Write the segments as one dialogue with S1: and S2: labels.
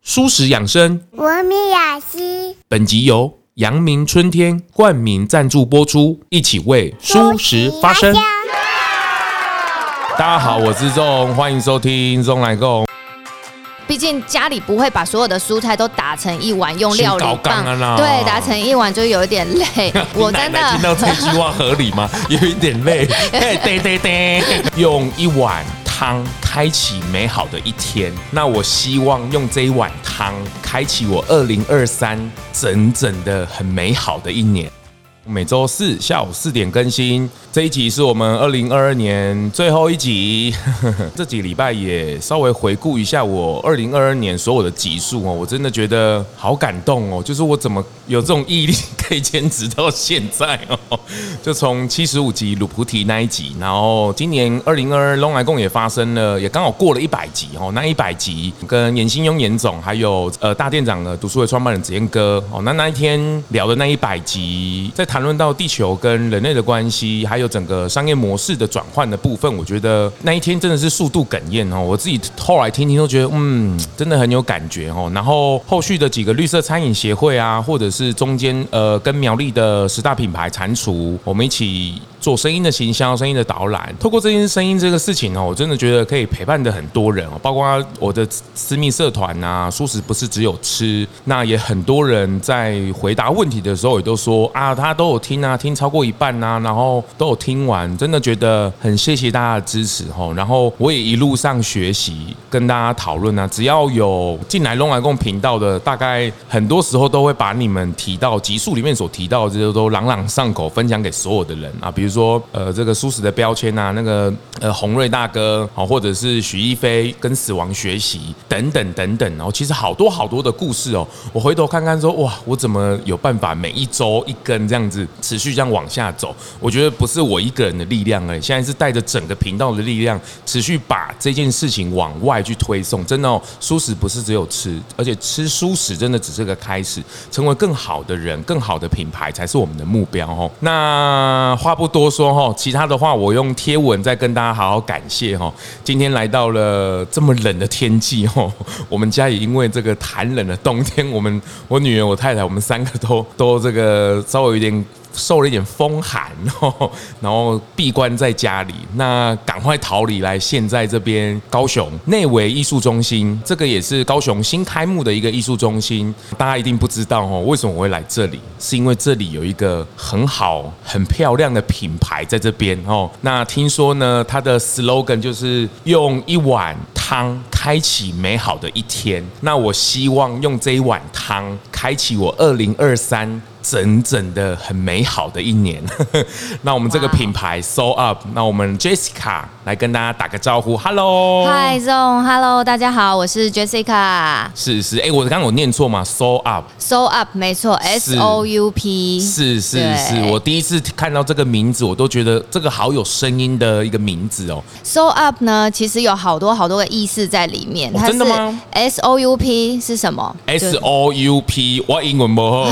S1: 蔬食养生，
S2: 我米雅西。
S1: 本集由阳明春天冠名赞助播出，一起为蔬食发声。大家好，我是仲，欢迎收听仲来共。
S3: 毕竟家里不会把所有的蔬菜都打成一碗，用料理棒，对，打成一碗就有点累。我真的
S1: 听到这句话合理吗？有一点累。对，用一碗汤开启美好的一天。那我希望用这一碗汤开启我2023整整的很美好的一年。每周四下午4点更新，这一集是我们2022年最后一集。这几礼拜也稍微回顾一下我2022年所有的集数哦，我真的觉得好感动哦，就是我怎么有这种毅力可以坚持到现在哦。就从75集鲁菩提那一集，然后今年2022龙来共也发生了，也刚好过了100集哦。那100集跟严新庸严总还有大店长的读书会创办人子燕哥哦，那一天聊的那100集，在谈论到地球跟人类的关系，还有整个商业模式的转换的部分，我觉得那一天真的是速度哽咽哦。我自己后来听都觉得，真的很有感觉哦。然后后续的几个绿色餐饮协会啊，或者是中间跟苗栗的10大品牌蟾蜍，我们一起做声音的行销、声音的导览。透过这件声音这个事情哦，我真的觉得可以陪伴的很多人哦，包括我的私密社团啊，蔬食不是只有吃，那也很多人在回答问题的时候也都说啊，他都有听啊，听超过一半啊，然后都有听完，真的觉得很谢谢大家的支持哦。然后我也一路上学习，跟大家讨论啊，只要有进来龙来共频道的，大概很多时候都会把你们提到集数里面所提到的，这些都朗朗上口，分享给所有的人啊。比如说这个蔬食的标签啊，那个洪瑞大哥哦，或者是许一飞跟死亡学习等等等等哦，其实好多好多的故事哦。我回头看看说，哇，我怎么有办法每一周一根这样子持续这样往下走？我觉得不是我一个人的力量而已，现在是带着整个频道的力量，持续把这件事情往外去推送。真的哦，蔬食不是只有吃，而且吃蔬食真的只是个开始，成为更好的人、更好的品牌才是我们的目标哦。那话不多说哦，其他的话我用贴文再跟大家好好感谢哦。今天来到了这么冷的天气哦，我们家也因为这个寒冷的冬天，我女儿、我太太，我们3个都这个稍微有点受了一点风寒哦，然后闭关在家里，那赶快逃离来现在这边高雄内惟艺术中心，这个也是高雄新开幕的一个艺术中心。大家一定不知道哦，为什么我会来这里？是因为这里有一个很好、很漂亮的品牌在这边哦。那听说呢，它的 slogan 就是用一碗汤开启美好的一天。那我希望用这一碗汤开启我2023整整的很美好的一年。那我们这个品牌 So Up， 那我们 Jessica 来跟大家打个招呼 ，Hello，
S3: Hi Zong，Hello， 大家好，我是 Jessica。
S1: 是，我刚刚有念错吗 ？So Up，So
S3: Up， 没错 ，SOUP，
S1: 是，我第一次看到这个名字，我都觉得这个好有声音的一个名字哦。
S3: So Up 呢，其实有好多个意思在里面。
S1: 哦、真的吗
S3: ？SOUP 是什么
S1: ？SOUP， 我英文不好。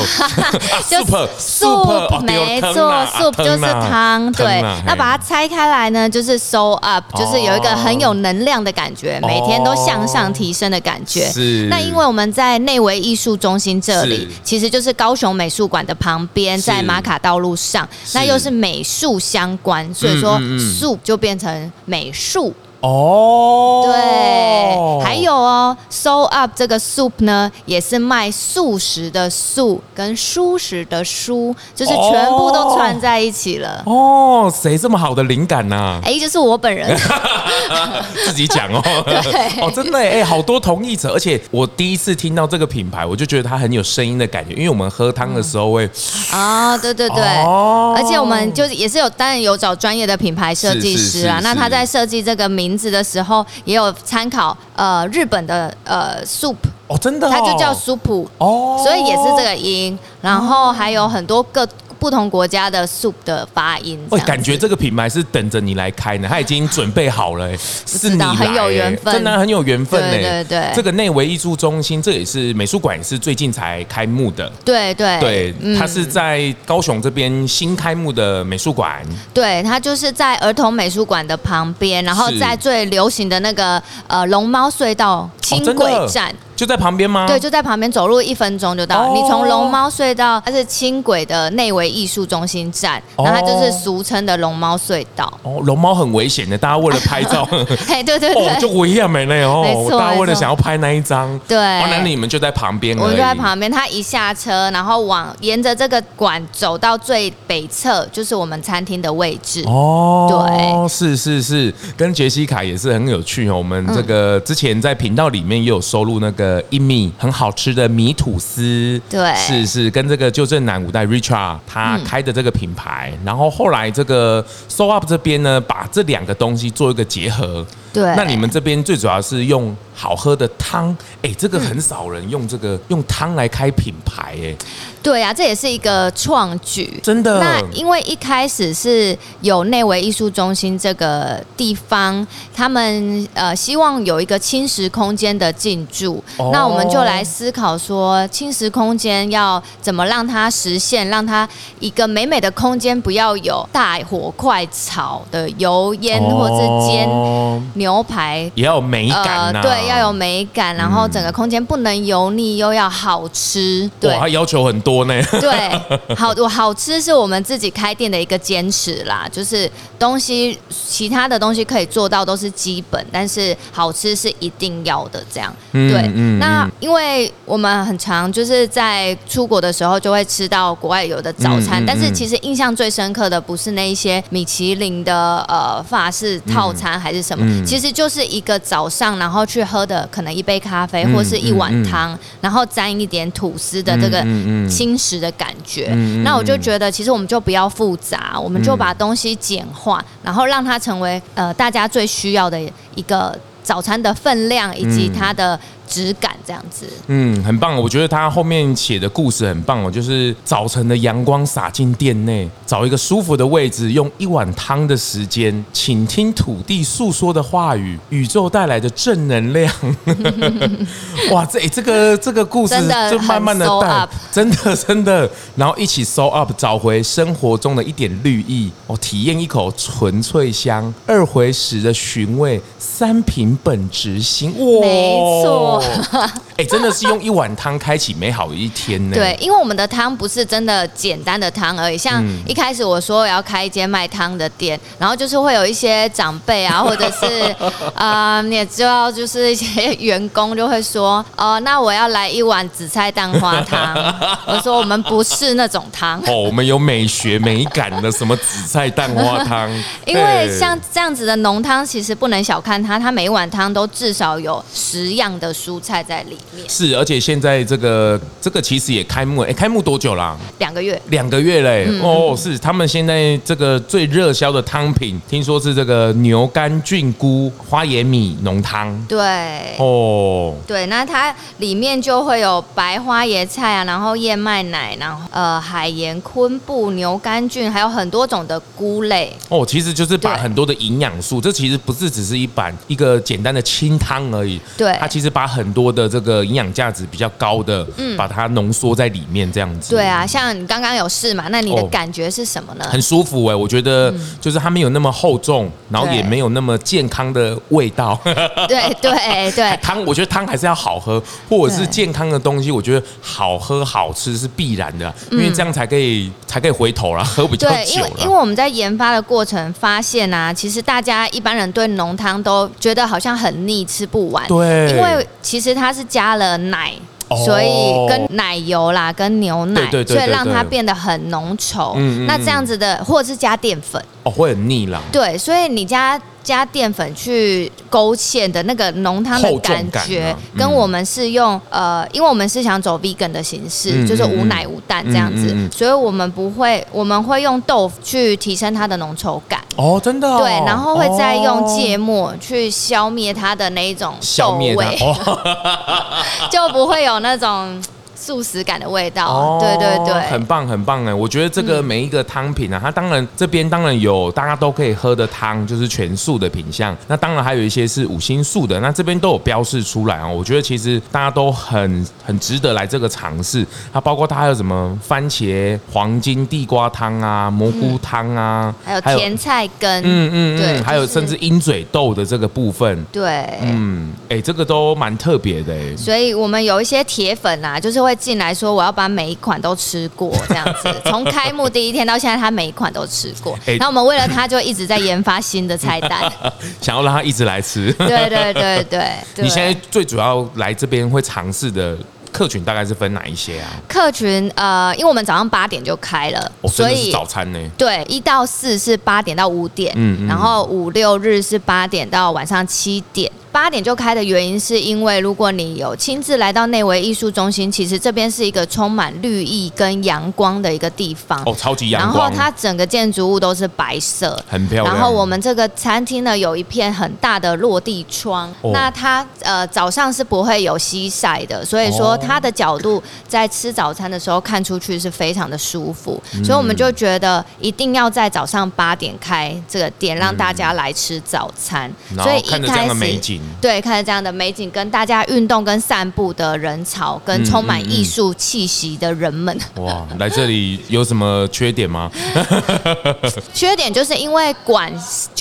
S3: soup， 没错 ，soup 就是汤，对。那把它拆开来呢，就是 so up， 就是有一个很有能量的感觉，每天都向上提升的感觉。
S1: 是。
S3: 那因为我们在内惟艺术中心这里，其实就是高雄美术馆的旁边，在马卡道路上，那又是美术相关，所以说 soup 就变成美术。
S1: 哦，
S3: 对，还有哦 ，So Up 这个 soup 呢，也是卖素食的素跟蔬食的蔬，就是全部都串在一起了。
S1: 哦，谁这么好的灵感呢？
S3: 就是我本人
S1: 自己讲哦。
S3: 对，
S1: 哦，真的好多同意者，而且我第一次听到这个品牌，我就觉得它很有声音的感觉，因为我们喝汤的时候会
S3: 对，而且我们就是也是当然有找专业的品牌设计师啊，那他在设计这个名字的时候，也有参考日本的soup。
S1: 哦，真的，
S3: 它就叫 soup， 所以也是这个音，然后还有很多不同国家的 soup 的发音，
S1: 感觉这个品牌是等着你来开呢，他已经准备好了，是你来，
S3: 很有缘分，
S1: 真的很有缘分呢。
S3: 对，
S1: 这个内惟艺术中心，这也是美术馆，也是最近才开幕的。对，它是在高雄这边新开幕的美术馆。
S3: 对，它就是在儿童美术馆的旁边，然后在最流行的那个龙猫隧道轻轨站。
S1: 就在旁边吗？
S3: 对，就在旁边，走路1分钟就到了。你从龙猫隧道，它是轻轨的内围艺术中心站，然后它就是俗称的龙猫隧道。
S1: 龙猫很危险的，大家为了拍照，
S3: 对对对，
S1: 就危险没呢
S3: 没错，
S1: 大家为了想要拍那一张，
S3: 对，
S1: 那你们就在旁边，
S3: 我们就在旁边。他一下车，然后沿着这个馆走到最北侧，就是我们餐厅的位置。对，
S1: 是，跟杰西卡也是很有趣哦。我们这个之前在频道里面也有收录那个一米很好吃的米吐司，
S3: 对，
S1: 是跟这个旧正南5代 Richard 他开的这个品牌，然后后来这个 So Up 这边呢，把这2个东西做一个结合。
S3: 对，
S1: 那你们这边最主要是用好喝的汤，这个很少人用用汤来开品牌，
S3: 对啊，这也是一个创举，
S1: 真的。
S3: 那因为一开始是有内围艺术中心这个地方，他们希望有一个轻食空间的进驻，那我们就来思考说，轻食空间要怎么让它实现，让它一个美美的空间，不要有大火快炒的油烟或者是煎牛排，
S1: 也要有美感
S3: 对，要有美感，然后整个空间不能油腻，又要好吃。对，
S1: 他要求很多呢。
S3: 对，好吃是我们自己开店的一个坚持啦，就是其他的东西可以做到都是基本，但是好吃是一定要的。这样，对。那因为我们很常就是在出国的时候就会吃到国外有的早餐，但是其实印象最深刻的不是那一些米其林的法式套餐还是什么。其实就是一个早上，然后去喝的可能一杯咖啡，或是一碗汤，然后沾一点吐司的这个轻食的感觉。那我就觉得，其实我们就不要复杂，我们就把东西简化，然后让它成为大家最需要的一个早餐的分量以及它的质感这样子。
S1: 很棒。我觉得他后面写的故事很棒哦，就是早晨的阳光洒进店内，找一个舒服的位置，用一碗汤的时间，倾听土地诉说的话语，宇宙带来的正能量。哇，这个故事就慢慢的带，真的，然后一起 so up， 找回生活中的一点绿意，体验一口纯粹香，2回食的寻味，3品本质新。哇，
S3: 没错。
S1: 真的是用一碗汤开启美好的一天呢。
S3: 对，因为我们的汤不是真的简单的汤而已，像一开始我说我要开一间卖汤的店，然后就是会有一些长辈啊，或者是你也知道，就是一些员工就会说，那我要来一碗紫菜蛋花汤。我说我们不是那种汤，
S1: 我们有美学美感的什么紫菜蛋花汤。
S3: 因为像这样子的浓汤，其实不能小看它每一碗汤都至少有10样的蔬菜在里面。
S1: 是，而且现在这个其实也开幕了，开幕多久啦
S3: ？2个月。
S1: 2个月嘞。是他们现在这个最热销的汤品，听说是这个牛肝菌菇花椰米浓汤。
S3: 对。对，那它里面就会有白花椰菜啊，然后燕麦奶，然后海盐、昆布、牛肝菌，还有很多种的菇类。
S1: 其实就是把很多的营养素，这其实不是只是一个简单的清汤而已。
S3: 对，
S1: 它其实把很多的这个营养价值比较高的，把它浓缩在里面这样子。
S3: 对啊，像你刚刚有试嘛，那你的感觉是什么呢？
S1: 很舒服我觉得就是它没有那么厚重，然后也没有那么健康的味道。对，汤我觉得汤还是要好喝，或者是健康的东西，我觉得好喝好吃是必然的，因为这样才可以回头啦，喝比较久啦。
S3: 因为我们在研发的过程发现啊，其实大家一般人对浓汤都觉得好像很腻，吃不完。
S1: 对，
S3: 因为其实它是加了奶。所以跟奶油啦，跟牛奶，所以让它变得很浓稠。那这样子的，或者是加淀粉，
S1: 会很腻啦。
S3: 对，所以你加淀粉去勾芡的那个浓汤的感觉，跟我们是用因为我们是想走 vegan 的形式，就是无奶无蛋这样子，所以我们会用豆腐去提升它的浓稠感。
S1: 真的。
S3: 对，然后会再用芥末去消灭它的那一种豆味，就不会有那种素食感的味道。对对对，
S1: 很棒很棒哎！我觉得这个每一个汤品啊，它当然这边当然有大家都可以喝的汤，就是全素的品项。那当然还有一些是5星素的，那这边都有标示出来啊。我觉得其实大家都很值得来这个尝试。它包括它还有什么番茄黄金地瓜汤啊、蘑菇汤啊，
S3: 还有甜菜根，对，
S1: 还有甚至鹰嘴豆的这个部分，
S3: 对，
S1: 这个都蛮特别的哎。
S3: 所以我们有一些铁粉啊，就是会进来说我要把每一款都吃过这样子，从开幕第一天到现在，他每一款都吃过。那我们为了他，就一直在研发新的菜单，
S1: 想要让他一直来吃。
S3: 对对对对。
S1: 你现在最主要来这边会尝试的客群大概是分哪一些啊？
S3: 客群因为我们早上8点就开了，
S1: 所以是早餐呢。
S3: 对，1到4是8点到5点，然后5、6日是8点到晚上7点。8点就开的原因是因为，如果你有亲自来到内惟艺术中心，其实这边是一个充满绿意跟阳光的一个地方
S1: 超级阳光。
S3: 然后它整个建筑物都是白色，
S1: 很漂亮。
S3: 然后我们这个餐厅呢有一片很大的落地窗，那它早上是不会有西晒的，所以说它的角度在吃早餐的时候看出去是非常的舒服，所以我们就觉得一定要在早上8点开这个店，让大家来吃早餐。所以一
S1: 看着这样的美景。
S3: 对，看着这样的美景，跟大家运动跟散步的人潮，跟充满艺术气息的人们。
S1: 哇，来这里有什么缺点吗？
S3: 缺点就是因为馆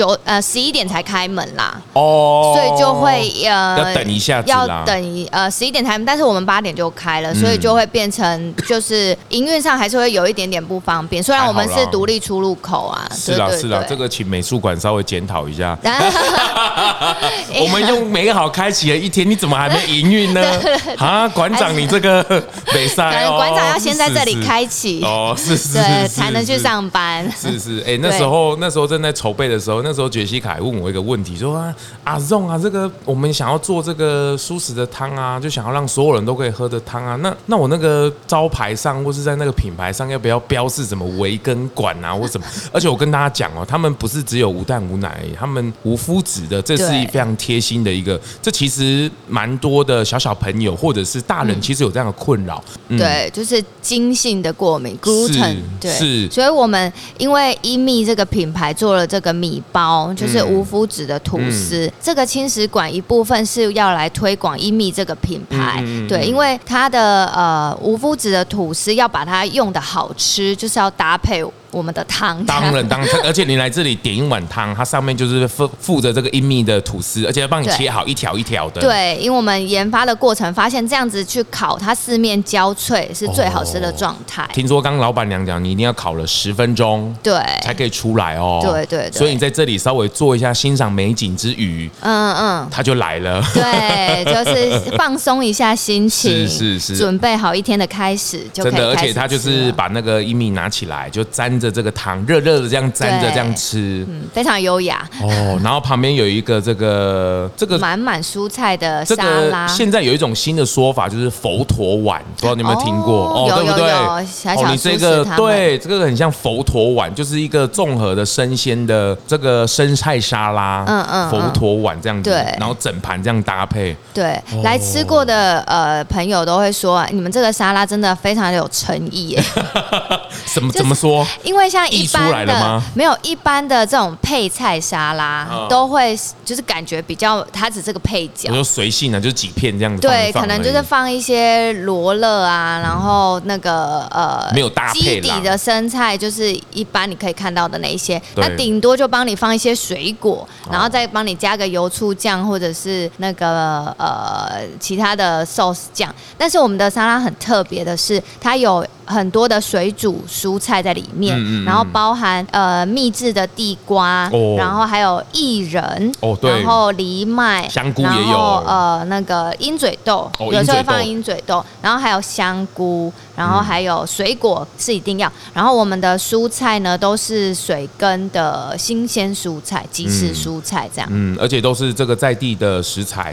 S3: 11点才开门啦，所以就会
S1: 要等一下子啦，
S3: 要等11点才开门，但是我们8点就开了，所以就会变成就是营运上还是会有一点点不方便。虽然我们是独立出入口啊，
S1: 是啦是啦，这个请美术馆稍微检讨一下。我们用美好开启了一天，你怎么还没营运呢？啊，馆长，你这个没赛哦。
S3: 馆长要先在这里开启
S1: 是，
S3: 对，才能去上班。
S1: 是，那时候正在筹备的时候，那时候杰西卡问我一个问题，说阿仲啊，这个我们想要做这个素食的汤啊，就想要让所有人都可以喝的汤啊，那我那个招牌上或是在那个品牌上要不要标示什么维根馆啊或什么？而且我跟大家讲他们不是只有无蛋无奶而已，他们无麸质的，这是非常贴心的一个。这其实蛮多的小朋友或者是大人，其实有这样的困扰。
S3: 对，就是筋性的过敏 gluten， 对，是。所以我们因为伊蜜这个品牌做了这个米包，就是无麸质的吐司。这个轻食馆一部分是要来推广伊蜜这个品牌，对，因为它的无麸质的吐司要把它用的好吃，就是要搭配我们的汤。
S1: 当然，而且你来这里点一碗汤，它上面就是附着这个伊蜜的吐司，而且要帮你切好一条一条的。
S3: 对，因为我们研发的过程发现，这样子去烤，它四面焦脆是最好吃的状态。
S1: 听说刚老板娘讲，你一定要烤了10分钟，
S3: 对，
S1: 才可以出来哦。
S3: 对，
S1: 所以你在这里稍微做一下欣赏美景之余，他就来了。
S3: 对，就是放松一下心情，
S1: 是，
S3: 准备好一天的开始就可以开始吃了。真的，
S1: 而且他就是把那个伊蜜拿起来，就沾着这个汤，热热的这样沾着这样吃，
S3: 非常优雅
S1: 然后旁边有一个这个
S3: 满满蔬菜的沙拉。
S1: 现在有一种新的说法，就是佛陀碗，不知道你有没有听过？
S3: 对不对？
S1: 你这个对，这个很像佛陀碗，就是一个综合的生鲜的这个生菜沙拉，佛陀碗这样子，然后整盘这样搭配。
S3: 对，来吃过的朋友都会说，你们这个沙拉真的非常的有诚意耶。
S1: 怎么说？
S3: 因为像一般
S1: 的
S3: 没有一般的这种配菜沙拉，都会就是感觉比较，它只是个配角。
S1: 我说随性啊，就是几片这样子。
S3: 对，可能就是放一些罗勒啊，然后那个
S1: 没有搭配啦。
S3: 基底的生菜就是一般你可以看到的那一些，那顶多就帮你放一些水果，然后再帮你加个油醋酱或者是那个其他的 sauce 酱。但是我们的沙拉很特别的是，它有很多的水煮蔬菜在里面，然后包含秘制的地瓜，然后还有薏仁，然后藜麦，
S1: 香菇也有，
S3: 然后那个鹰嘴豆，有时候会放鹰嘴豆，然后还有香菇，然后还有水果是一定要，然后我们的蔬菜呢都是水耕的新鲜蔬菜、即食蔬菜这样，
S1: 而且都是这个在地的食材，这个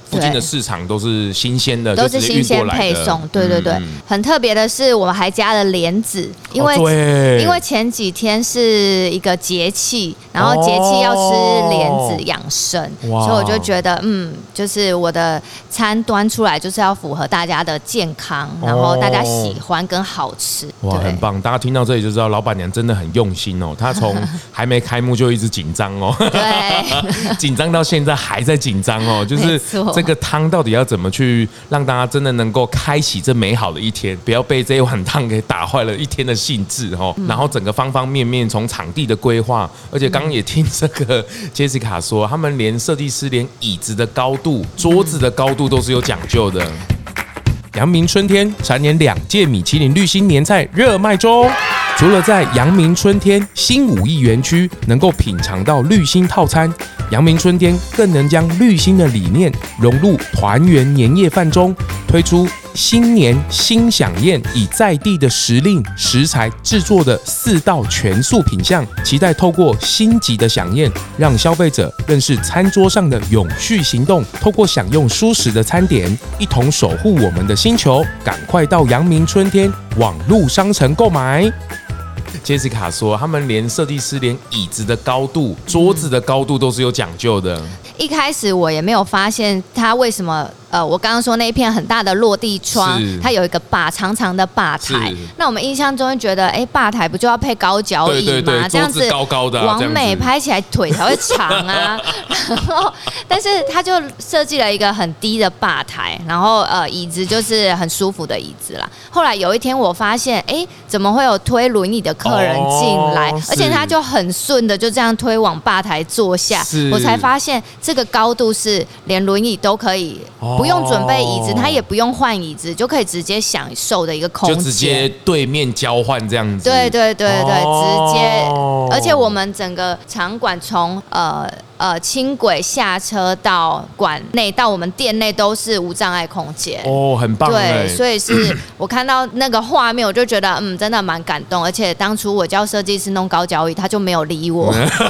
S1: 附近的市场都是新鲜的，
S3: 都是新鲜配送。对对对，很特别的是，我们还加了莲子，因为前几天是一个节气，然后节气要吃莲子养生，所以我就觉得，就是我的餐端出来就是要符合大家的健康，然后大家喜欢跟好吃。
S1: 哇，很棒！大家听到这里就知道，老板娘真的很用心哦。她从还没开幕就一直紧张哦，对，紧张到现在还在紧张哦。就是这个汤到底要怎么去让大家真的能够开启这美好的一天，不要被这一碗汤给打坏了一天的兴致哦。然后整个方方面面，从场地的规划，而且刚刚也听这个 Jessica 说，他们连设计师连椅子的高度、桌子的高度都是有讲究的。阳明春天蝉联2届米其林绿星年菜热卖中。除了在阳明春天新武艺园区能够品尝到绿星套餐，阳明春天更能将绿星的理念融入团圆年夜饭中，推出新年新享宴，以在地的时令食材制作的4道全素品项，期待透过星级的飨宴，让消费者认识餐桌上的永续行动，透过享用蔬食的餐点，一同守护我们的星球。赶快到阳明春天网路商城购买。Jessica 说，他们连设计师连椅子的高度、桌子的高度都是有讲究的。
S3: 一开始我也没有发现他为什么我刚刚说那一片很大的落地窗，它有一个长长的吧台。那我们印象中觉得，吧台不就要配高脚椅吗？
S1: 对对对，
S3: 这样子
S1: 高高的，
S3: 完美拍起来腿才会长啊。然后，但是他就设计了一个很低的吧台，然后椅子就是很舒服的椅子啦。后来有一天我发现，怎么会有推轮椅的客人进来，而且他就很顺的就这样推往吧台坐下，我才发现这个高度是连轮椅都可以。不用准备椅子，他也不用换椅子，就可以直接享受的一个空间，
S1: 就直接对面交换这样子。
S3: 对对对对，直接，而且我们整个场馆从轻轨下车到馆内到我们店内都是无障碍空间
S1: 哦，很棒。
S3: 对，所以是我看到那个画面，我就觉得真的蛮感动。而且当初我叫设计师弄高脚椅，他就没有理我。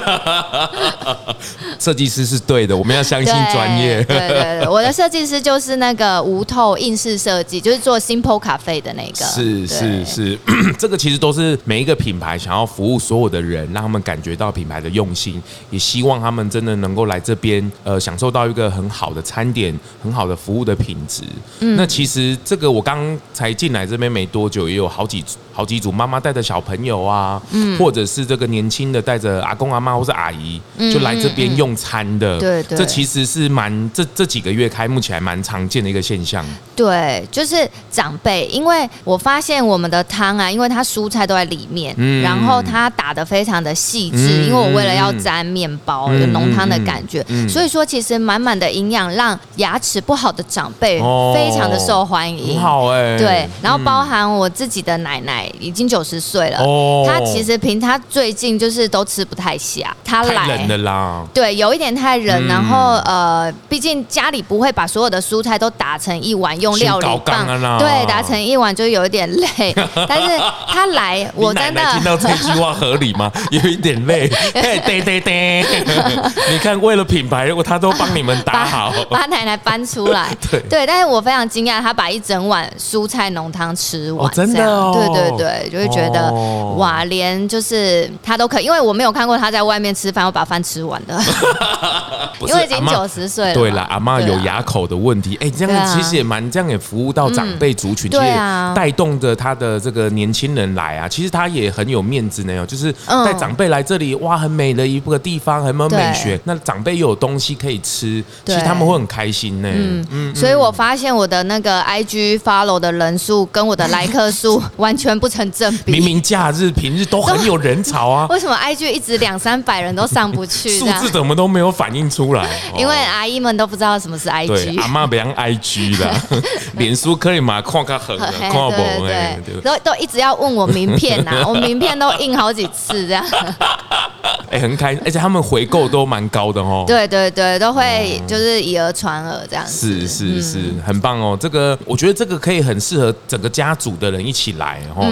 S1: 设计师是对的，我们要相信专业。
S3: 对对对，我的设计师就是那个无透硬式设计，就是做 Simple Cafe 的那个。
S1: 是，这个其实都是每一个品牌想要服务所有的人，让他们感觉到品牌的用心，也希望他们真的能够来这边享受到一个很好的餐点、很好的服务的品质。那其实这个我刚才进来这边没多久，也有好几组妈妈带着小朋友啊，或者是这个年轻的带着阿公阿妈或是阿姨，就来这边用餐的。对，这其实是这几个月开幕起来蛮常见的一个现象。
S3: 对，就是长辈，因为我发现我们的汤啊，因为它蔬菜都在里面，然后它打得非常的细致，因为我为了要沾面包，有浓汤的感觉，所以说其实满满的营养，让牙齿不好的长辈非常的受欢迎。
S1: 很好
S3: 对，然后包含我自己的奶奶已经90岁了，她其实她最近就是都吃不太下，她来
S1: 太冷了啦。
S3: 对，有一点太冷，然后毕竟家里不会把所有的蔬菜都打成一碗用料理棒，对，打成一碗就有一点累。但是她来，我真的
S1: 听到这句话合理吗？有一点累，对，你看为了品牌，如果她都帮你们打好，
S3: 把奶奶搬出来，对，但是我非常惊讶，她把一整碗蔬菜浓汤吃完，
S1: 真的
S3: 对，就会觉得哇，连就是她都可以，因为我没有看过她在外面吃饭我把饭吃完的，因为已经90岁了。
S1: 对啦，阿嬷有牙口的问题，这样其实也这样也服务到长辈族群，其实带动着他的这个年轻人来啊，其实他也很有面子呢，就是带长辈来这里，哇，很美的一个地方，很有美学，那长辈又有东西可以吃，其实他们会很开心呢。
S3: 所以我发现我的那个 IG follow 的人数跟我的来客数完全不成正比。
S1: 明明假日平日都很有人潮啊，
S3: 为什么 IG 一直200-300人都上不去？
S1: 数字怎么都没有反映出来？
S3: 因为阿姨们都不知道什么是 IG。
S1: 对，阿嬷不用 IG 啦，脸书可以嘛？看个很看不
S3: 对，都一直要问我名片呐，我名片都印好几次这样。
S1: 很开心，而且他们回购都蛮高的哦。
S3: 对，都会就是以讹传讹这样子。
S1: 是，很棒哦。这个我觉得这个可以很适合整个家族的人一起来哦，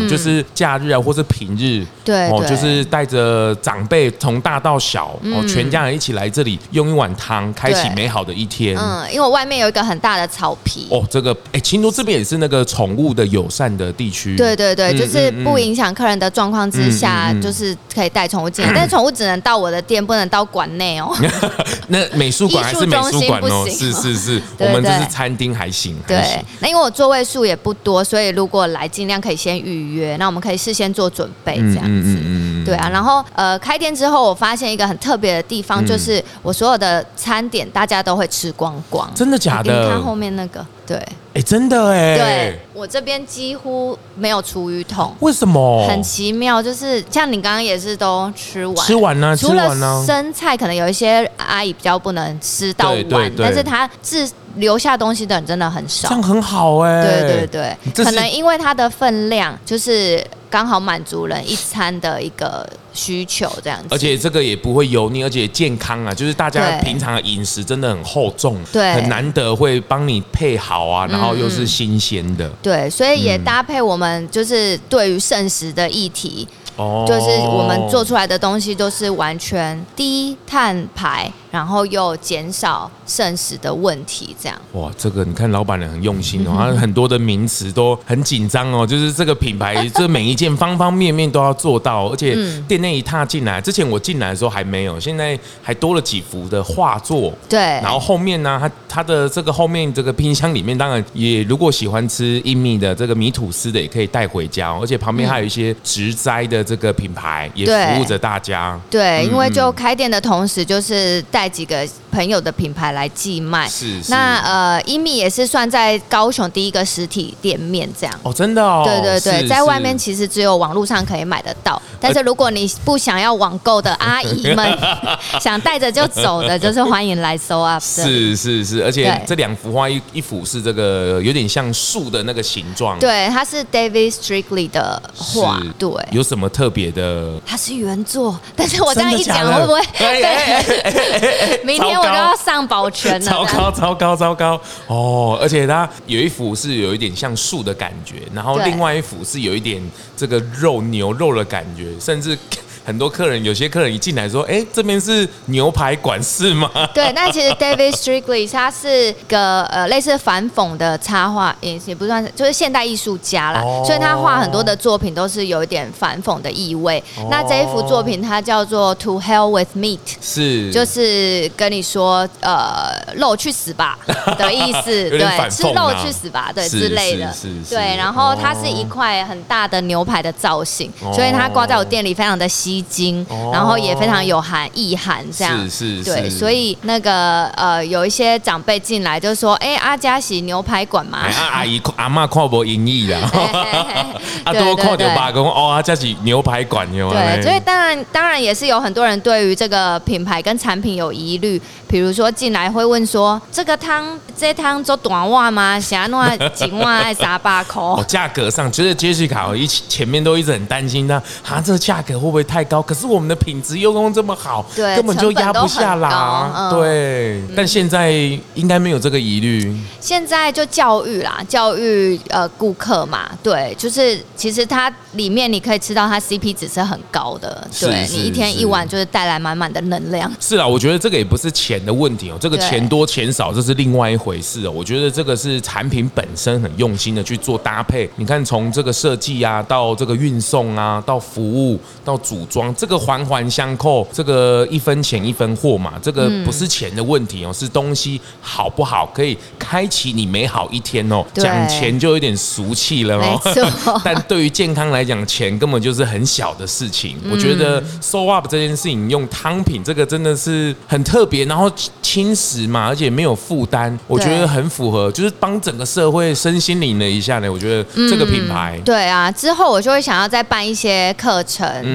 S1: 就是假日啊，或是平日，
S3: 对，
S1: 就是带着长辈从大到小，全家人一起来这里用一碗汤，开启美好的一天。
S3: 因为外面有一个很大的草皮。
S1: 这个青都这边也是那个宠物的友善的地区。
S3: 对，就是不影响客人的状况之下，就是可以带宠物进来，但是宠物只能到我的店，不能到馆内哦。
S1: 那美术馆还是美术馆哦，是，我们这是餐厅还行。
S3: 对，那因为我座位数也不多，所以如果来尽量可以先预约，那我们可以事先做准备这样子。对啊，然后开店之后，我发现一个很特别的地方，就是我所有的餐点大家都会吃光光。
S1: 真的假的？
S3: 你看后面那个，对。
S1: 真的
S3: 对，我这边几乎没有厨余桶。
S1: 为什么？
S3: 很奇妙，就是像你刚刚也是都吃完
S1: 啊，
S3: 除了生菜，可能有一些阿姨比较不能吃到完，但是她留下东西的人真的很少，
S1: 这样很好
S3: 对，可能因为它的分量就是刚好满足人一餐的一个需求这样子，
S1: 而且这个也不会油腻，而且健康啊，就是大家平常的饮食真的很厚重，对，很难得会帮你配好啊，然后又是新鲜的，
S3: 对，所以也搭配我们就是对于剩食的议题。就是我们做出来的东西都是完全低碳排，然后又减少剩食的问题，这样。
S1: 哇，这个你看老板娘很用心哦，他很多的名词都很紧张哦，就是这个品牌，这每一件方方面面都要做到，而且店内一踏进来，之前我进来的时候还没有，现在还多了几幅的画作，
S3: 对。
S1: 然后后面呢，它的这个后面这个冰箱里面，当然也如果喜欢吃印米的这个米吐司的，也可以带回家，而且旁边还有一些植栽的这个品牌也服务着大家。
S3: 对，因为就开店的同时，就是带几个朋友的品牌来寄卖。
S1: 是。
S3: 那印米也是算在高雄第一个实体店面这样。
S1: 真的哦。
S3: 对，在外面其实只有网络上可以买得到，但是如果你不想要网购的阿姨们，想带着就走的，就是欢迎来收 up。
S1: 是，而且这两幅画一幅是这个有点像树的那个形状。
S3: 对，它是 David Strictly 的画。对。
S1: 有什么特别的？
S3: 它是原作，但是我这样一讲会不会？明天我就要上保全了。
S1: 糟糕哦！而且它有一幅是有一点像树的感觉，然后另外一幅是有一点这个牛肉的感觉，甚至。很多客人，有些客人一进来说：“这边是牛排馆是吗？”
S3: 对，那其实 David Strictly 他是个类似反讽的插画，也不算是，就是现代艺术家啦，所以他画很多的作品都是有一点反讽的意味。那这一幅作品它叫做 To Hell with Meat， 是就是跟你说肉去死吧的意思，对，吃肉去死吧，对之类的，对。然后它是一块很大的牛排的造型，所以它挂在我店里非常的吸睛，然后也非常有意涵，这样对，所以那个有一些长辈进来就说：“阿嘉是牛排馆嘛？”
S1: 阿姨阿嬷看不英语啦，多看到爸公阿嘉是牛排馆哟。
S3: 对，所以当然也是有很多人对于这个品牌跟产品有疑虑，比如说进来会问说：“这汤做短袜吗？想要弄紧袜还是300块？”
S1: 价格上，觉得杰西卡前面都一直很担心他，这个价格会不会太高？可是我们的品质又用这么好，根本就压不下来。对，但现在应该没有这个疑虑。
S3: 现在就教育顾客嘛，对，就是其实它里面你可以吃到它 CP 值是很高的，对，你一天一碗就是带来满满的能量。
S1: 是啊，我觉得这个也不是钱的问题哦，这个钱多钱少这是另外一回事哦。我觉得这个是产品本身很用心的去做搭配。你看，从这个设计啊，到这个运送啊，到服务，到组装，这个环环相扣，这个一分钱一分货嘛，这个不是钱的问题哦，是东西好不好可以开启你美好一天哦。讲钱就有点俗气了哦，但对于健康来讲，钱根本就是很小的事情。我觉得 So Up 这件事情用汤品这个真的是很特别，然后轻食嘛，而且没有负担，我觉得很符合，就是帮整个社会身心灵了一下呢。我觉得这个品牌，
S3: 对啊，之后我就会想要再办一些课程，比如说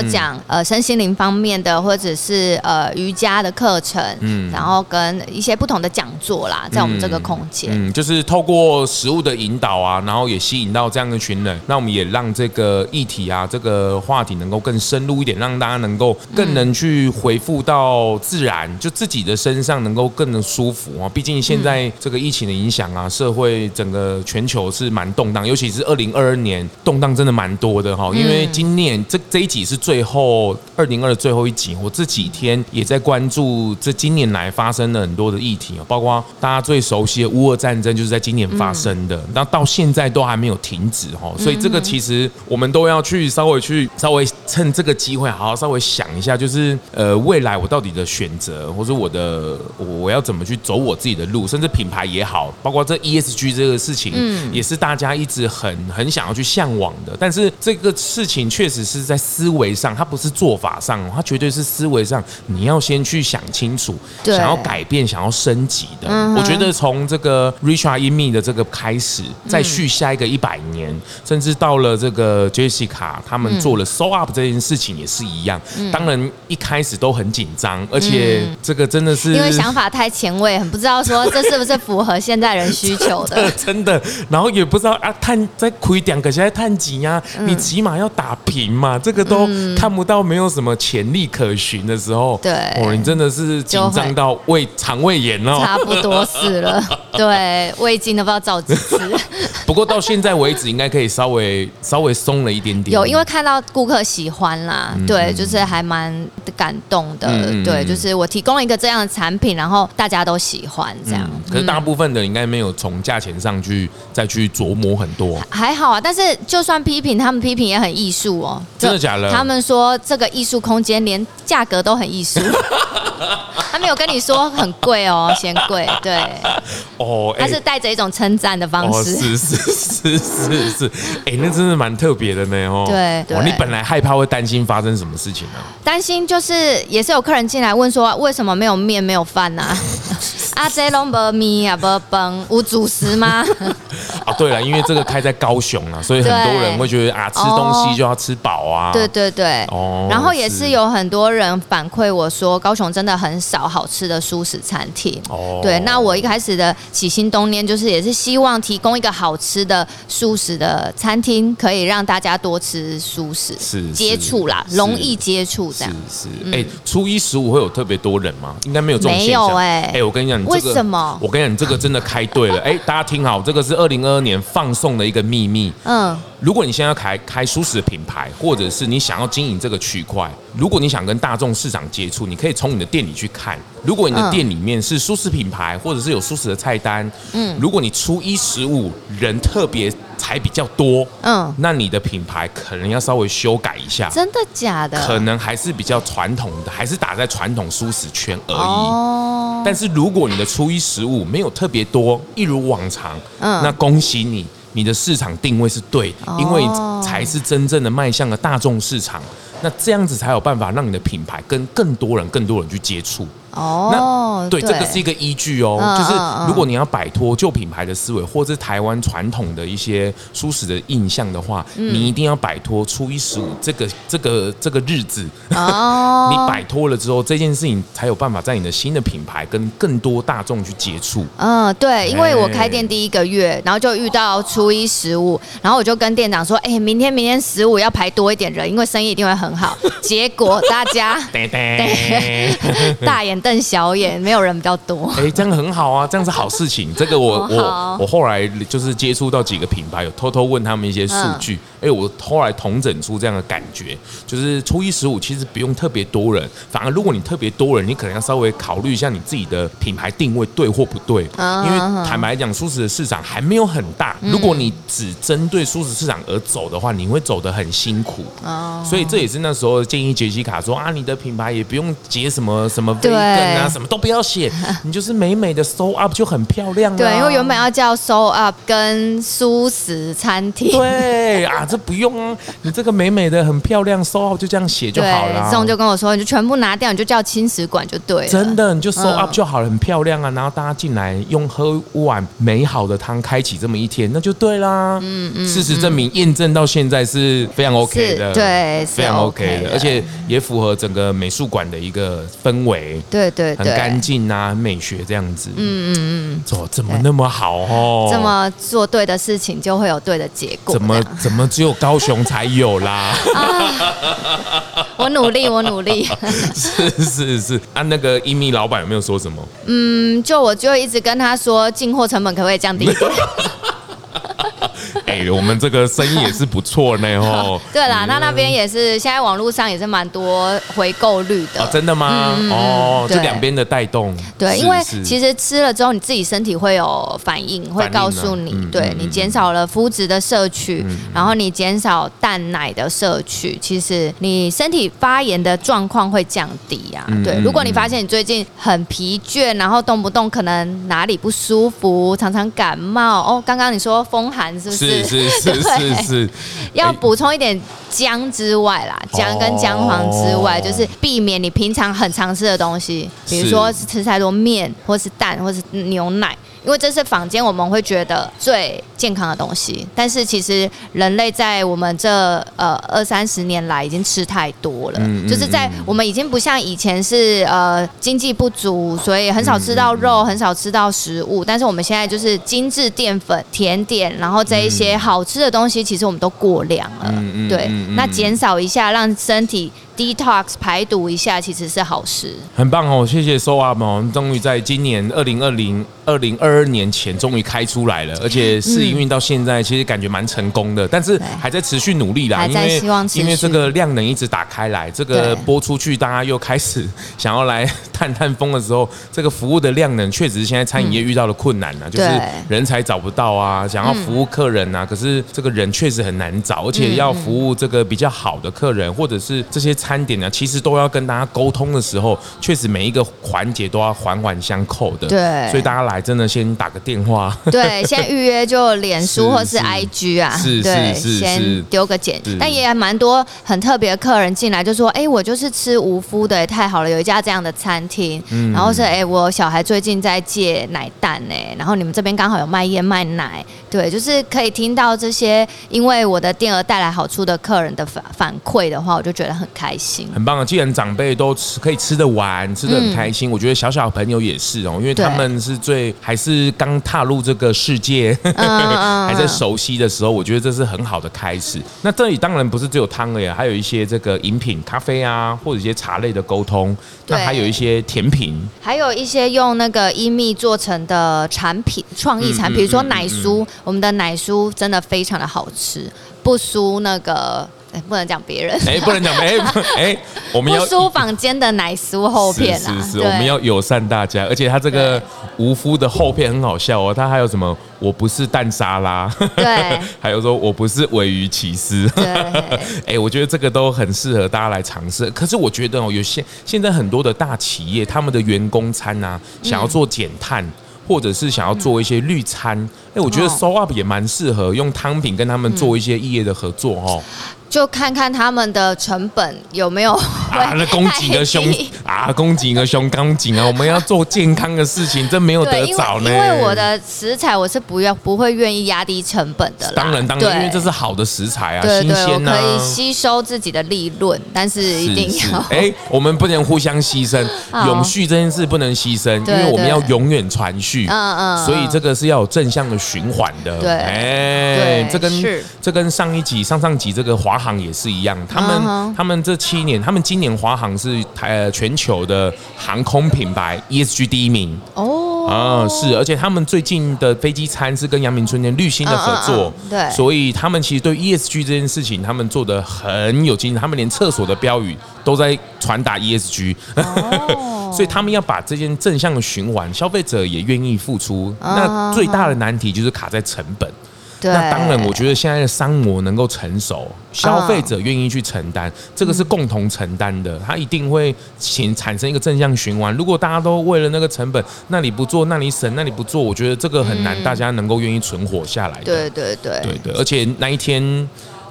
S3: 讲身心灵方面的，或者是瑜伽的课程，然后跟一些不同的讲座啦，在我们这个空间，
S1: 就是透过食物的引导啊，然后也吸引到这样的群人，那我们也让这个议题啊，这个话题能够更深入一点，让大家能够更能去回复到自然，就自己的身上能够更能舒服啊。毕竟现在这个疫情的影响啊，社会整个全球是蛮动荡，尤其是2022年动荡真的蛮多的哈。因为今年这一集是最后2022的最后一集，我这几天也在关注这今年来发生了很多的议题，包括大家最熟悉的乌俄战争，就是在今年发生的，那到现在都还没有停止哈。所以这个其实我们都要去稍微趁这个机会，好好稍微想一下，就是未来我到底的选择，或者我要怎么去走我自己的路，甚至品牌也好，包括这 ESG 这个事情，也是大家一直很想要去向往的。但是这个事情确实是在思维上，它不是做法上，它绝对是思维上，你要先去想清楚，想要改变，想要升级的。我觉得从这个 Richard Emmett 的这个开始，再续下一个100年，甚至到了这个 Jessica 他们做了 Soul Up 这件事情也是一样。当然一开始都很紧张，而且这个真的是
S3: 因为想法太前卫，很不知道说这是不是符合现代人需求的，
S1: 真的。然后也不知道啊，再亏2个现在探几啊，你起码要打平嘛，这个都看不到，没有什么潜力可循的时候，
S3: 对，
S1: 你真的是紧张到肠胃炎哦，
S3: 差不多是了，对，胃镜都不知道照几次。
S1: 不过到现在为止，应该可以稍微松了一点点。
S3: 有，因为看到顾客喜欢啦，对，就是还蛮感动的，对，就是我提供了一个这样的产品，然后大家都喜欢这样。
S1: 可是大部分的应该没有从价钱上再去琢磨很多，
S3: 还好啊。但是就算批评，他们批评也很艺术哦。
S1: 真的假的？
S3: 他们说这个艺术空间连价格都很艺术。他没有跟你说很贵哦，嫌贵，对，他是带着一种称赞的方式，
S1: 是，那真的蛮特别的呢，哦，
S3: 对，
S1: 你本来害怕会担心发生什么事情呢？
S3: 担心就是也是有客人进来问说，为什么没有面没有饭啊？这都没面啊，没饭，无主食吗？
S1: 对了，因为这个开在高雄啊，所以很多人会觉得吃东西就要吃饱啊。
S3: 对，然后也是有很多人反馈我说，高雄真的很少好吃的蔬食餐厅。对，那我一开始的起心动念就是也是希望提供一个好吃的蔬食的餐厅，可以让大家多吃蔬食，接触啦，容易接触这样。
S1: 是，初一15会有特别多人吗？应该没有这种现象。
S3: 没有，
S1: 我跟你讲，
S3: 为什么？
S1: 我跟你讲，你这个真的开对了。大家听好，这个是2022年放送的一个秘密。如果你现在要开蔬食的品牌，或者是你想要经营这个区块，如果你想跟大众市场接触，你可以从你的店里去看。如果你的店里面是蔬食品牌，或者是有蔬食的菜单，如果你初一15人特别才比较多，那你的品牌可能要稍微修改一下。
S3: 真的假的？
S1: 可能还是比较传统的，还是打在传统蔬食圈而已。但是如果你的初一15没有特别多，一如往常，那恭喜你。你的市场定位是对的，因为才是真正的迈向了大众市场，那这样子才有办法让你的品牌跟更多人去接触。对，这个是一个依据哦。就是如果你要摆脱旧品牌的思维，或者是台湾传统的一些蔬食的印象的话，你一定要摆脱初一15这个日子。你摆脱了之后，这件事情才有办法在你的新的品牌跟更多大众去接触。
S3: 对，因为我开店第1个月，然后就遇到初一15，然后我就跟店长说，明天15要排多一点人，因为生意一定会很好。结果大家大眼瞪小眼，没有人比较多。
S1: 这样很好啊，这样是好事情。这个我后来就是接触到几个品牌，有偷偷问他们一些数据。我后来统整出这样的感觉，就是初一15其实不用特别多人，反而如果你特别多人，你可能要稍微考虑一下你自己的品牌定位对或不对。因为坦白讲，蔬食的市场还没有很大，如果你只针对蔬食市场而走的话，你会走得很辛苦。所以这也是那时候建议杰西卡说你的品牌也不用结什么 vegan 啊，什么都不要写，你就是美美的 Soul Up 就很漂亮了。
S3: 对，因为原本要叫 Soul Up 跟蔬食餐厅。
S1: 对这不用啊，你这个美美的很很漂亮，收号就这样写就好了。
S3: 这种就跟我说，你就全部拿掉，你就叫轻食馆就对了。
S1: 真的，你就收 up 就好了，很漂亮啊。然后大家进来用喝碗美好的汤，开启这么一天，那就对啦。事实证明，验证到现在是非常 OK 的，
S3: 对，
S1: 非常 OK 的，而且也符合整个美术馆的一个氛围。
S3: 对，
S1: 很干净啊，很美学这样子。怎么那么好哦？
S3: 这么做对的事情，就会有对的结果。
S1: 怎么只有高雄才有啦？
S3: 我努力。
S1: 是啊，那个伊米老板有没有说什么？
S3: 我就一直跟他说，进货成本可不可以降低一点？
S1: 我们这个生意也是不错呢吼。
S3: 对啦，那边也是，现在网络上也是蛮多回购率的。
S1: 真的吗？就两边的带动。
S3: 对，因为其实吃了之后，你自己身体会有反应，会告诉你，对你减少了麸质的摄取，然后你减少蛋奶的摄取，其实你身体发炎的状况会降低啊。对，如果你发现你最近很疲倦，然后动不动可能哪里不舒服，常常感冒，刚刚你说风寒是不是？
S1: 是，
S3: 要补充一点姜之外啦，姜跟姜黄之外，就是避免你平常很常吃的东西，比如说吃太多面，或是蛋，或是牛奶。因为这是坊间我们会觉得最健康的东西，但是其实人类在我们这20-30年来已经吃太多了，就是在我们已经不像以前是经济不足，所以很少吃到肉，很少吃到食物，但是我们现在就是精致淀粉、甜点，然后这一些好吃的东西，其实我们都过量了，对，那减少一下，让身体detox 排毒一下，其实是好事。
S1: 很棒哦，谢谢 So Up 哦，终于在今年2022年前终于开出来了，而且试营运到现在，其实感觉蛮成功的，但是还在持续努力啦，
S3: 还在希望持续，
S1: 因为这个量能一直打开来，这个播出去，大家又开始想要来探风的时候，这个服务的量能确实是现在餐饮业遇到的困难啊，就是人才找不到啊，想要服务客人啊，可是这个人确实很难找，而且要服务这个比较好的客人，或者是这些餐点呢，其实都要跟大家沟通的时候，确实每一个环节都要环环相扣的，
S3: 对，
S1: 所以大家来真的先打个电话，
S3: 对，先预约就脸书或是 IG 啊，对，先丢个简，但也蛮多很特别的客人进来就说，我就是吃无麸的，太好了，有一家这样的餐厅，然后是我小孩最近在戒奶蛋然后你们这边刚好有卖燕麦奶，对，就是可以听到这些，因为我的店而带来好处的客人的反馈的话，我就觉得很开心，
S1: 很棒啊！既然长辈都可以吃得完，吃得很开心，我觉得小朋友也是因为他们是还是刚踏入这个世界，还在熟悉的时候，我觉得这是很好的开始。那这里当然不是只有汤而已，还有一些这个饮品、咖啡啊，或者一些茶类的沟通，那还有一些甜品，
S3: 还有一些用那个伊蜜做成的产品，创意产品，比如说奶酥，我们的奶酥真的非常的好吃，不输那个。不能讲别人，
S1: 不能讲，我们要
S3: 不输坊间的奶酥厚片啊，
S1: 是，我们要友善大家，而且它这个无麸的厚片很好笑哦，它还有什么？我不是蛋沙拉，
S3: 对，
S1: 还有说我不是鲔鱼起司，对，我觉得这个都很适合大家来尝试。可是我觉得有些现在很多的大企业，他们的员工餐啊，想要做减碳。或者是想要做一些绿餐，我觉得 So Up 也蛮适合用汤品跟他们做一些异业的合作哦。
S3: 就看看他们的成本有没有
S1: 那攻击个胸攻击个胸钢筋啊！我们要做健康的事情，真没有得找呢。
S3: 因为我的食材我是不会愿意压低成本的啦。
S1: 当然，因为这是好的食材啊，新鲜啊，
S3: 可以吸收自己的利润，但是一定要
S1: 我们不能互相牺牲，永续这件事不能牺牲，因为我们要永远传续。所以这个是要有正向的循环的。
S3: 对，
S1: 这跟上集这个华航也是一样，他们这7年，他们今年华航是全球的航空品牌 ESG 第1名是，而且他们最近的飞机餐是跟阳明春天绿星的合作，
S3: 对，
S1: 所以他们其实对 ESG 这件事情，他们做得很有精神，他们连厕所的标语都在传达 ESG，所以他们要把这件正向的循环，消费者也愿意付出，那最大的难题就是卡在成本。那当然，我觉得现在的商模能够成熟，消费者愿意去承担，这个是共同承担的，它一定会产生一个正向循环。如果大家都为了那个成本，那里不做，那里省，那里不做，我觉得这个很难，大家能够愿意存活下来的。
S3: 对，
S1: 而且那一天。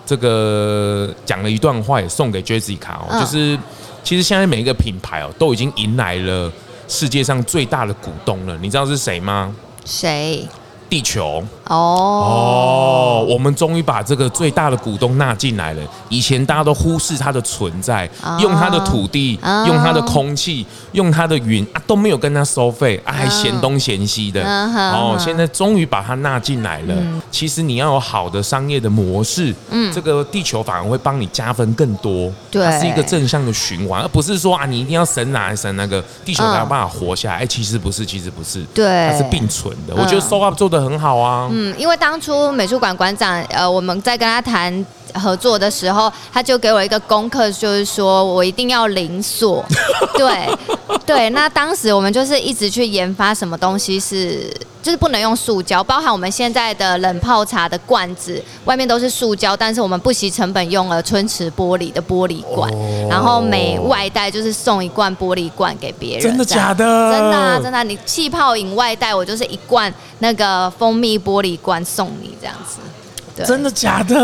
S1: 这个讲了一段话，也送给 Jessica 哦，就是其实现在每一个品牌哦，都已经迎来了世界上最大的股东了，你知道是谁吗？
S3: 谁？
S1: 地球
S3: 哦，
S1: 我们终于把这个最大的股东纳进来了。以前大家都忽视它的存在，用它的土地，用它的空气，用它的云啊，都没有跟它收费啊，还嫌东嫌西的。现在终于把它纳进来了。其实你要有好的商业的模式，这个地球反而会帮你加分更多。
S3: 对，
S1: 它是一个正向的循环，而不是说啊，你一定要省哪省那个，地球才有办法活下来。其实不是，
S3: 对，
S1: 它是并存的。我觉得 SOAP 做得很好啊。
S3: 因为当初美术馆馆长，我们在跟他谈合作的时候，他就给我一个功课，就是说我一定要零塑。对，那当时我们就是一直去研发什么东西就是不能用塑胶，包含我们现在的冷泡茶的罐子，外面都是塑胶，但是我们不惜成本用了春池玻璃的玻璃罐，然后每外带就是送一罐玻璃罐给别人。
S1: 真的假的？
S3: 真的，你气泡饮外带，我就是一罐那个蜂蜜玻璃罐送你这样子。
S1: 真的假的？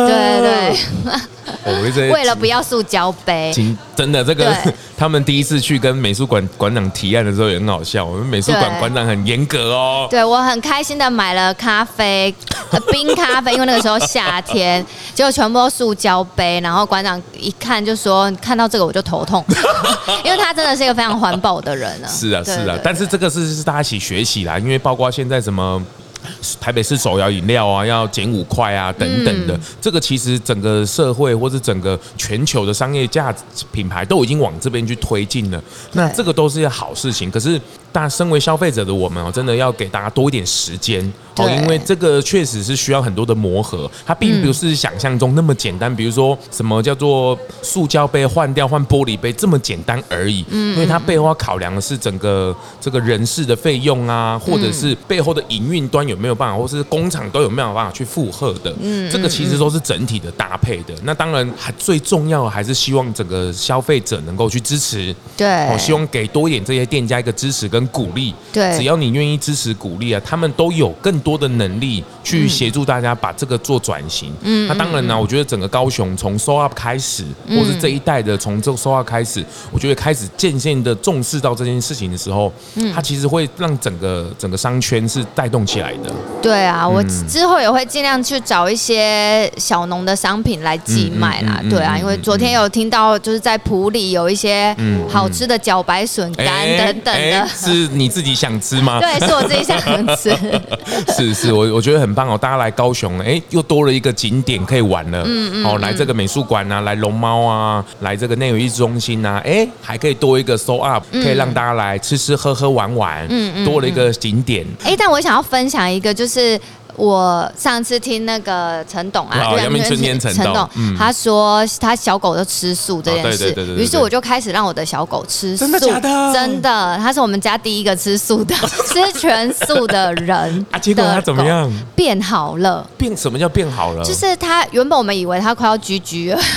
S3: 对，为了不要塑胶杯，
S1: 真的这个他们第一次去跟美术馆馆长提案的时候也很好笑。我们美术馆馆长很严格哦。
S3: 对，我很开心的买了咖啡，冰咖啡，因为那个时候夏天，结果全部都塑胶杯，然后馆长一看就说，看到这个我就头痛，因为他真的是一个非常环保的人啊。
S1: 是啊，但是这个是大家一起学习啦，因为包括现在什么。台北市手摇饮料啊，要减5块啊，等等的，这个其实整个社会或是整个全球的商业价值品牌都已经往这边去推进了。那这个都是一件好事情，可是身为消费者的我们真的要给大家多一点时间因为这个确实是需要很多的磨合，它并不是想象中那么简单。比如说什么叫做塑胶杯换掉换玻璃杯这么简单而已，因为它背后要考量的是整个这个人事的费用啊，或者是背后的营运端有没有办法，或是工厂都有没有办法去负荷的。这个其实都是整体的搭配的。那当然最重要的还是希望整个消费者能够去支持，
S3: 对，
S1: 希望给多一点这些店家一个支持跟鼓励。
S3: 对，
S1: 只要你愿意支持鼓励啊，他们都有更多的能力去协助大家把这个做转型。那当然呢，我觉得整个高雄从 SOAP 开始，或是这一代的从这个 SOAP 开始，我觉得开始渐渐的重视到这件事情的时候，它其实会让整个商圈是带动起来的。
S3: 对啊，我之后也会尽量去找一些小农的商品来寄卖啦。对啊，因为昨天有听到就是在埔里有一些好吃的茭白笋干等等的，
S1: 是你自己想吃吗？
S3: 对，是我自己想吃。
S1: 是，我觉得很棒哦！大家来高雄，又多了一个景点可以玩了。来这个美术馆啊，来龙猫啊，来这个内有艺术中心啊，还可以多一个 SOAP，可以让大家来吃吃喝喝玩玩，多了一个景点。
S3: 但我想要分享一个，就是我上次听那个陈董
S1: 阳明春天陈董，
S3: 他说他小狗都吃素这件事，于是我就开始让我的小狗吃素。
S1: 真的假的？
S3: 真的，他是我们家第一个吃素的、吃全素的人。
S1: 结果他怎么样？
S3: 变好了。
S1: 什么叫变好了？
S3: 就是他原本我们以为他快要GG了。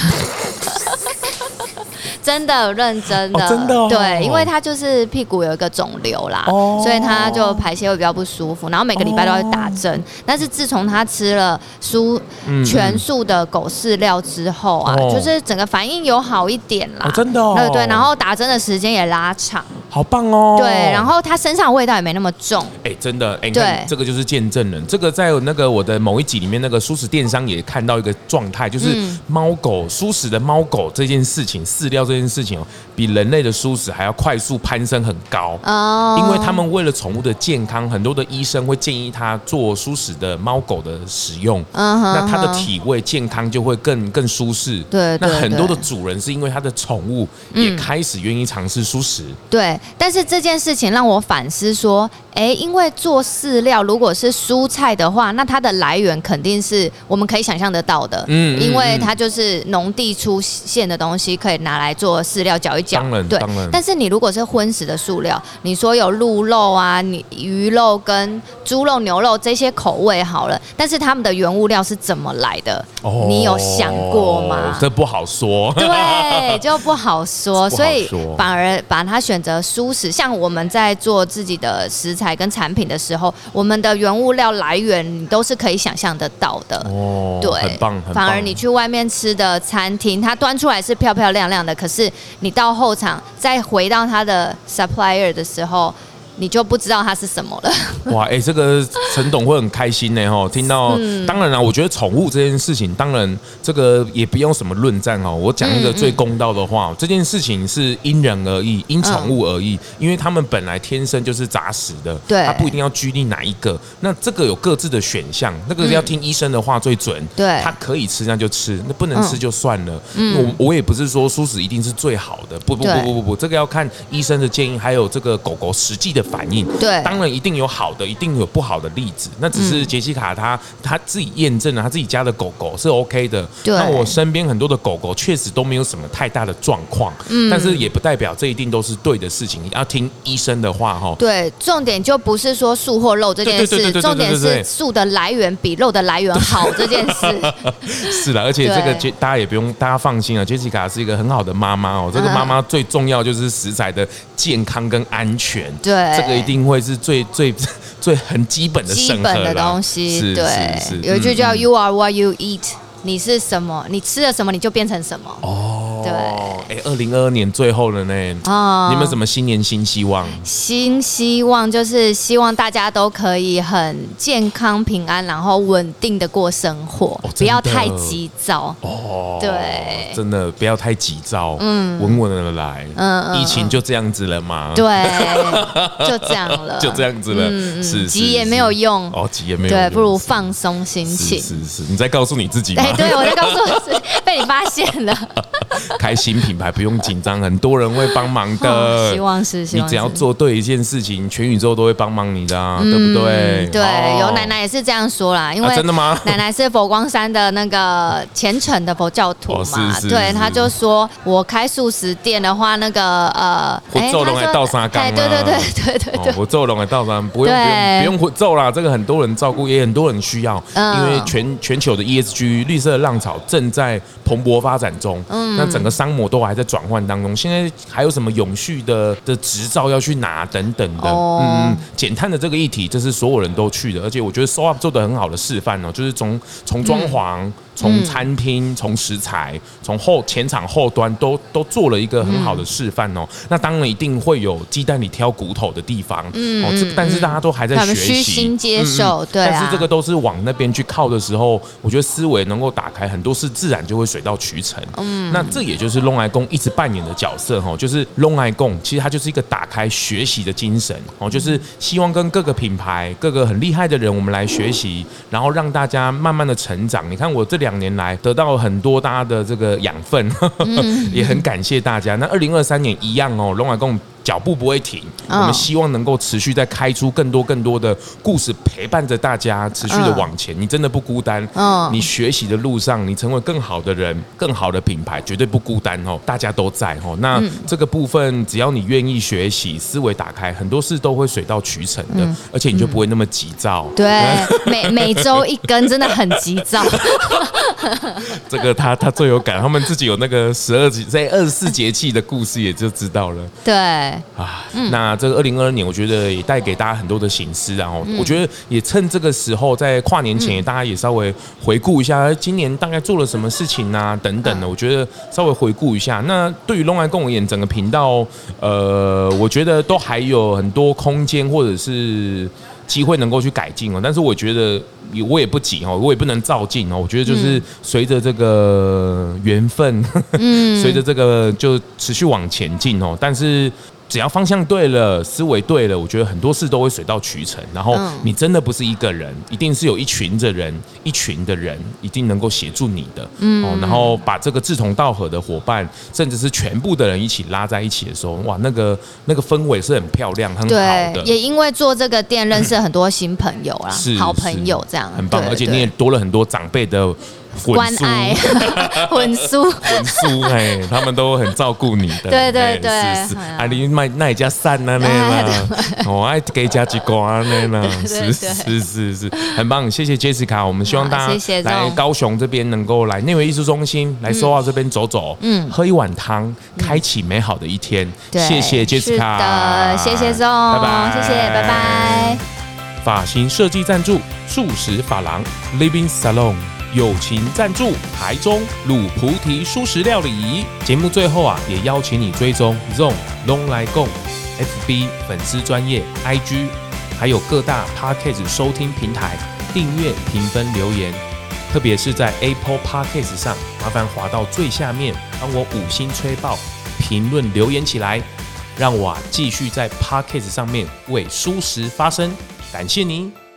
S3: 真的认真的，
S1: 真的
S3: 对，因为他就是屁股有一个肿瘤啦，所以他就排泄会比较不舒服，然后每个礼拜都要打针。但是自从他吃了全素的狗饲料之后啊，就是整个反应有好一点啦，
S1: 真的
S3: 对，然后打针的时间也拉长，
S1: 好棒哦。
S3: 对，然后他身上的味道也没那么重，
S1: 真的，对，这个就是见证人。这个在那个我的某一集里面，那个蔬食电商也看到一个状态，就是猫狗蔬食的猫狗这件事情，饲料这件事情比人类的蔬食还要快速攀升很高因为他们为了宠物的健康，很多的医生会建议他做蔬食的猫狗的使用，那他的体味健康就会更舒适。
S3: 对，
S1: 那很多的主人是因为他的宠物也开始愿意尝试蔬食。
S3: 对，但是这件事情让我反思说，因为做饲料如果是蔬菜的话，那它的来源肯定是我们可以想象得到的，因为它就是农地出现的东西，可以拿来做饲料搅一搅。对，但是你如果是荤食的塑料，你说有鹿肉啊、鱼肉跟猪肉、牛肉这些口味好了，但是它们的原物料是怎么来的？你有想过吗？
S1: 这不好说。
S3: 对，就不好说，所以反而把它选择蔬食，像我们在做自己的食材跟产品品的时候，我们的原物料来源你都是可以想象得到的。对，
S1: 很棒，很棒。
S3: 反而你去外面吃的餐厅，它端出来是漂漂亮亮的，可是你到后场再回到它的 supplier 的时候，你就不知道它是什么了。
S1: 哇，这个陈董会很开心呢哈，听到。当然啦，我觉得宠物这件事情，当然这个也不用什么论战哦。我讲一个最公道的话，这件事情是因人而异，因宠物而异，因为他们本来天生就是杂食的，
S3: 对，
S1: 它不一定要拘泥哪一个。那这个有各自的选项，那个要听医生的话最准。
S3: 对，
S1: 他可以吃那就吃，那不能吃就算了。我也不是说蔬食一定是最好的，不，这个要看医生的建议，还有这个狗狗实际的反应。
S3: 对，
S1: 当然一定有好的，一定有不好的例子。那只是杰西卡她自己验证了，她自己家的狗狗是 OK 的。
S3: 对，
S1: 那我身边很多的狗狗确实都没有什么太大的状况。但是也不代表这一定都是对的事情，要听医生的话哈。
S3: 对，重点就不是说素或肉这件事，重点是素的来源比肉的来源好这件事。
S1: 是啦，而且这个大家也不用，大家放心啊，杰西卡是一个很好的妈妈哦。这个妈妈最重要就是食材的健康跟安全。
S3: 对，
S1: 这个一定会是最很基本的审核啦，
S3: 基本的东西。对，
S1: 是
S3: 有一句叫 "You are what you eat"， 你是什么，你吃了什么，你就变成什么。对
S1: ，2022年最后了呢，你们有什么新年新希望？
S3: 新希望就是希望大家都可以很健康平安，然后稳定的过生活，不要太急躁。对，
S1: 真的不要太急躁，稳稳的来。疫情就这样子了嘛。
S3: 对，就这样了，
S1: 就这样子了。是
S3: 急也没有用。
S1: 急也没有用。
S3: 对，不如放松心情。
S1: 是，你在告诉你自己吗？
S3: 对，我在告诉我自己，被你发现了。
S1: 开新品牌不用紧张，很多人会帮忙的。
S3: 希望是，
S1: 你只要做对一件事情，全宇宙都会帮忙你的啊，对不对？
S3: 对，有奶奶也是这样说啦，因为
S1: 真的吗？
S3: 奶奶是佛光山的那个虔诚的佛教徒嘛，对，他就说我开素食店的话，那个
S1: 会做龙来倒沙缸，
S3: 对，
S1: 我做龙来倒沙，不用做啦，这个很多人照顾，也很多人需要，因为全球的 ESG 绿色浪潮正在蓬勃发展中，那整个商模都还在转换当中，现在还有什么永续的执照要去拿等等的，减碳的这个议题，这是所有人都去的，而且我觉得 SOAP 做的很好的示范哦，就是从装潢。从餐厅、从食材、从前场后端都做了一个很好的示范哦。那当然一定会有鸡蛋里挑骨头的地方，但是大家都还在学习，
S3: 虚心接受，对啊。
S1: 但是这个都是往那边去靠的时候，我觉得思维能够打开，很多事自然就会水到渠成。那这也就是龙爱贡一直扮演的角色哈，就是龙爱贡其实它就是一个打开学习的精神哦，就是希望跟各个品牌、各个很厉害的人我们来学习，然后让大家慢慢的成长。你看我这2年来得到很多大家的这个养分，也很感谢大家。那2023年一样哦，龙爱贡脚步不会停，我们希望能够持续再开出更多的故事，陪伴着大家持续的往前。你真的不孤单，你学习的路上，你成为更好的人、更好的品牌，绝对不孤单哦，大家都在哦。那这个部分，只要你愿意学习，思维打开，很多事都会水到渠成的，而且你就不会那么急躁。
S3: 对，每周一根真的很急躁。
S1: 这个他最有感，他们自己有那个24节气的故事，也就知道了。
S3: 对。
S1: 那这个2022年，我觉得也带给大家很多的省思，然后我觉得也趁这个时候，在跨年前，大家也稍微回顾一下，今年大概做了什么事情啊，等等的，我觉得稍微回顾一下。那对于龙爱贡而言，整个频道，我觉得都还有很多空间，或者是机会能够去改进哦。但是我觉得我也不急哦，我也不能照进哦。我觉得就是随着这个缘分，随着这个就持续往前进哦。但是只要方向对了，思维对了，我觉得很多事都会水到渠成。然后你真的不是一个人，一定是有一群的人一定能够协助你的。然后把这个志同道合的伙伴，甚至是全部的人一起拉在一起的时候，哇，那个氛围是很漂亮、很好的。
S3: 对，也因为做这个店认识很多新朋友啦，好朋友这样
S1: 很棒，而且你也多了很多长辈的
S3: 关爱，混苏，
S1: 他们都很照顾你的。
S3: 对，
S1: 是，你那家散啊那啦，爱给家几瓜那啦，是，很棒，谢谢 Jessica， 我们希望大家来高雄这边能够来内惟艺术中心来SOAP这边走走，喝一碗汤，开启美好的一天。谢谢 Jessica，
S3: 是的，谢谢宋，
S1: 拜拜，
S3: 谢谢，拜拜。
S1: 发型设计赞助素食发廊 Living Salon， 友情赞助台中鲁菩提素食料理。节目最后也邀请你追踪 ZONG 拢来共 FB 粉丝专页 IG， 还有各大 Podcast 收听平台订阅、评分、留言。特别是在 Apple Podcast 上，麻烦滑到最下面，帮我5星吹爆，评论留言起来，让我继续在 Podcast 上面为蔬食发声。感谢您。